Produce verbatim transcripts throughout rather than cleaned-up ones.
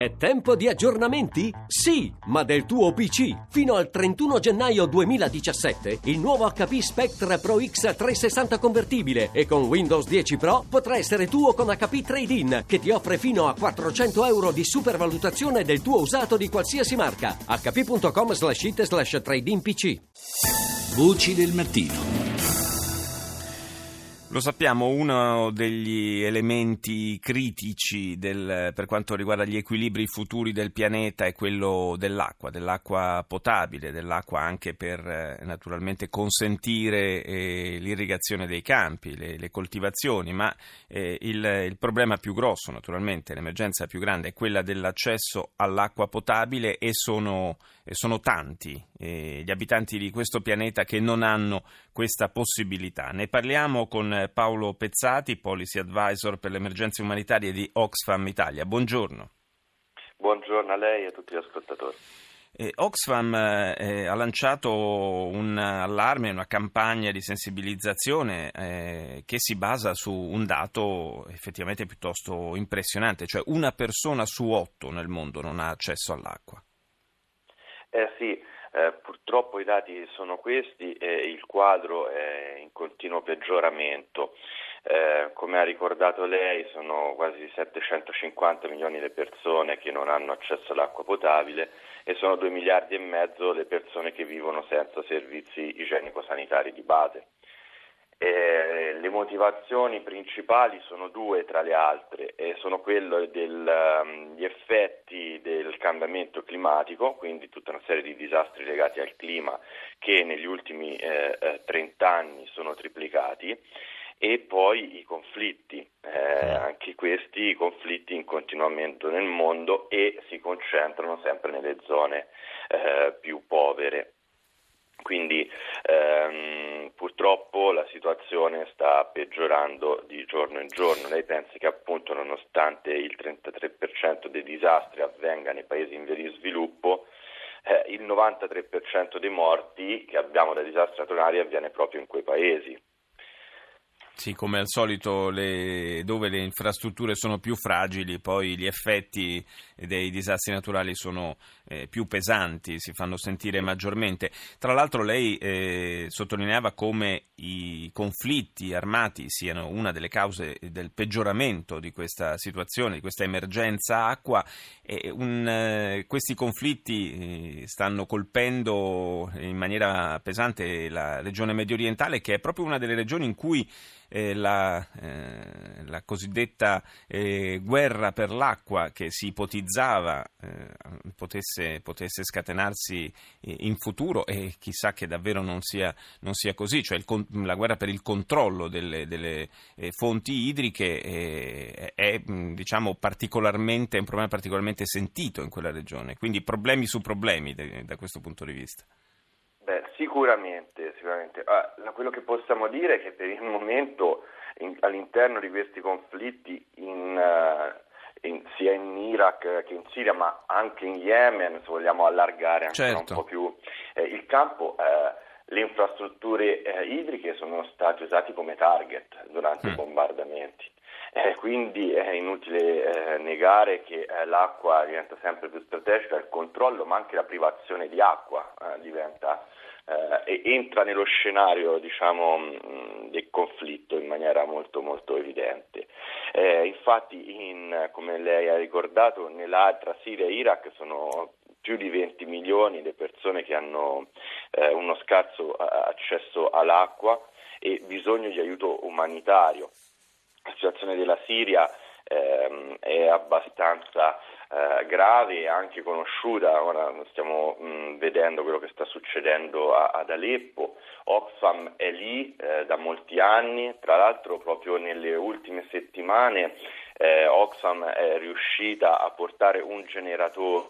È tempo di aggiornamenti? Sì, ma del tuo P C. Fino al trentuno gennaio duemiladiciassette, il nuovo H P Spectre Pro X trecentosessanta convertibile e con Windows dieci Pro potrà essere tuo con H P Trade-in, che ti offre fino a quattrocento euro di supervalutazione del tuo usato di qualsiasi marca. hp.com slash it slash trade-in pc. Voci del mattino. Lo sappiamo, uno degli elementi critici del, per quanto riguarda gli equilibri futuri del pianeta è quello dell'acqua, dell'acqua potabile, dell'acqua anche per eh, naturalmente consentire eh, l'irrigazione dei campi, le, le coltivazioni, ma eh, il, il problema più grosso, naturalmente, l'emergenza più grande è quella dell'accesso all'acqua potabile e sono, e sono tanti eh, gli abitanti di questo pianeta che non hanno questa possibilità. Ne parliamo con Paolo Pezzati, Policy Advisor per le emergenze umanitarie di Oxfam Italia. Buongiorno. Buongiorno a lei e a tutti gli ascoltatori. Eh, Oxfam eh, ha lanciato un allarme, una campagna di sensibilizzazione eh, che si basa su un dato effettivamente piuttosto impressionante, cioè una persona su otto nel mondo non ha accesso all'acqua. Eh sì, eh, purtroppo i dati sono questi e il quadro è in continuo peggioramento. Eh, come ha ricordato lei, sono quasi settecentocinquanta milioni le persone che non hanno accesso all'acqua potabile e sono due miliardi e mezzo le persone che vivono senza servizi igienico-sanitari di base. Eh, le motivazioni principali sono due tra le altre, e sono quello degli um, effetti del cambiamento climatico, quindi tutta una serie di disastri legati al clima che negli ultimi eh, eh, trenta anni sono triplicati, e poi i conflitti, eh, anche questi conflitti in continuamento nel mondo e si concentrano sempre nelle zone eh, più povere. Quindi ehm, purtroppo la situazione sta peggiorando di giorno in giorno. Lei pensi che appunto nonostante il trentatré per cento dei disastri avvenga nei paesi in via di sviluppo, eh, il novantatré per cento dei morti che abbiamo da disastri naturali avviene proprio in quei paesi. Sì, come al solito, le, dove le infrastrutture sono più fragili, poi gli effetti dei disastri naturali sono eh, più pesanti, si fanno sentire maggiormente. Tra l'altro lei eh, sottolineava come i conflitti armati siano una delle cause del peggioramento di questa situazione, di questa emergenza acqua. E un, eh, questi conflitti stanno colpendo in maniera pesante la regione mediorientale, che è proprio una delle regioni in cui Eh, la, eh, la cosiddetta eh, guerra per l'acqua che si ipotizzava eh, potesse, potesse scatenarsi in futuro, e chissà che davvero non sia, non sia così, cioè il, la guerra per il controllo delle, delle eh, fonti idriche eh, è diciamo particolarmente un problema particolarmente sentito in quella regione, quindi problemi su problemi de, da questo punto di vista. Beh, sicuramente, sicuramente. Ah, quello che possiamo dire è che per il momento in, all'interno di questi conflitti in, uh, in, sia in Iraq che in Siria, ma anche in Yemen, se vogliamo allargare ancora certo. un po' più eh, il campo, eh, le infrastrutture eh, idriche sono state usate come target durante mm. i bombardamenti. Eh, quindi è inutile eh, negare che eh, l'acqua diventa sempre più strategica, il controllo ma anche la privazione di acqua eh, diventa eh, e entra nello scenario diciamo mh, del conflitto in maniera molto molto evidente. Eh, infatti in, come lei ha ricordato, nella, tra Siria e Iraq sono più di venti milioni le persone che hanno eh, uno scarso accesso all'acqua e bisogno di aiuto umanitario. La situazione della Siria ehm, è abbastanza eh, grave e anche conosciuta. Ora stiamo mh, vedendo quello che sta succedendo a, ad Aleppo. Oxfam è lì eh, da molti anni, tra l'altro proprio nelle ultime settimane eh, Oxfam è riuscita a portare un generatore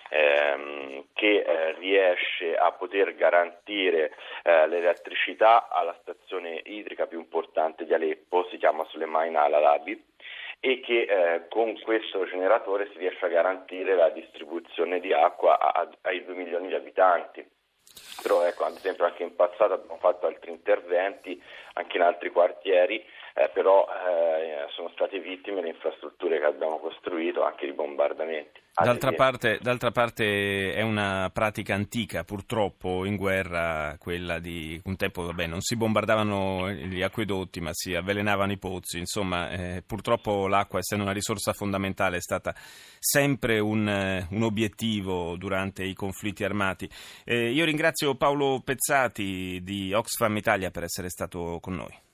Ehm, che eh, riesce a poter garantire eh, l'elettricità alla stazione idrica più importante di Aleppo, si chiama Suleiman al-Alabi, e che eh, con questo generatore si riesce a garantire la distribuzione di acqua a, a, ai due milioni di abitanti. Però ecco, ad esempio anche in passato abbiamo fatto altri interventi anche in altri quartieri eh, però eh, sono state vittime le infrastrutture che abbiamo costruito anche di bombardamenti. D'altra parte, d'altra parte è una pratica antica, purtroppo in guerra, quella di un tempo, vabbè, non si bombardavano gli acquedotti ma si avvelenavano i pozzi, insomma eh, purtroppo l'acqua, essendo una risorsa fondamentale, è stata sempre un, un obiettivo durante i conflitti armati. Eh, io ringrazio Paolo Pezzati di Oxfam Italia per essere stato con noi.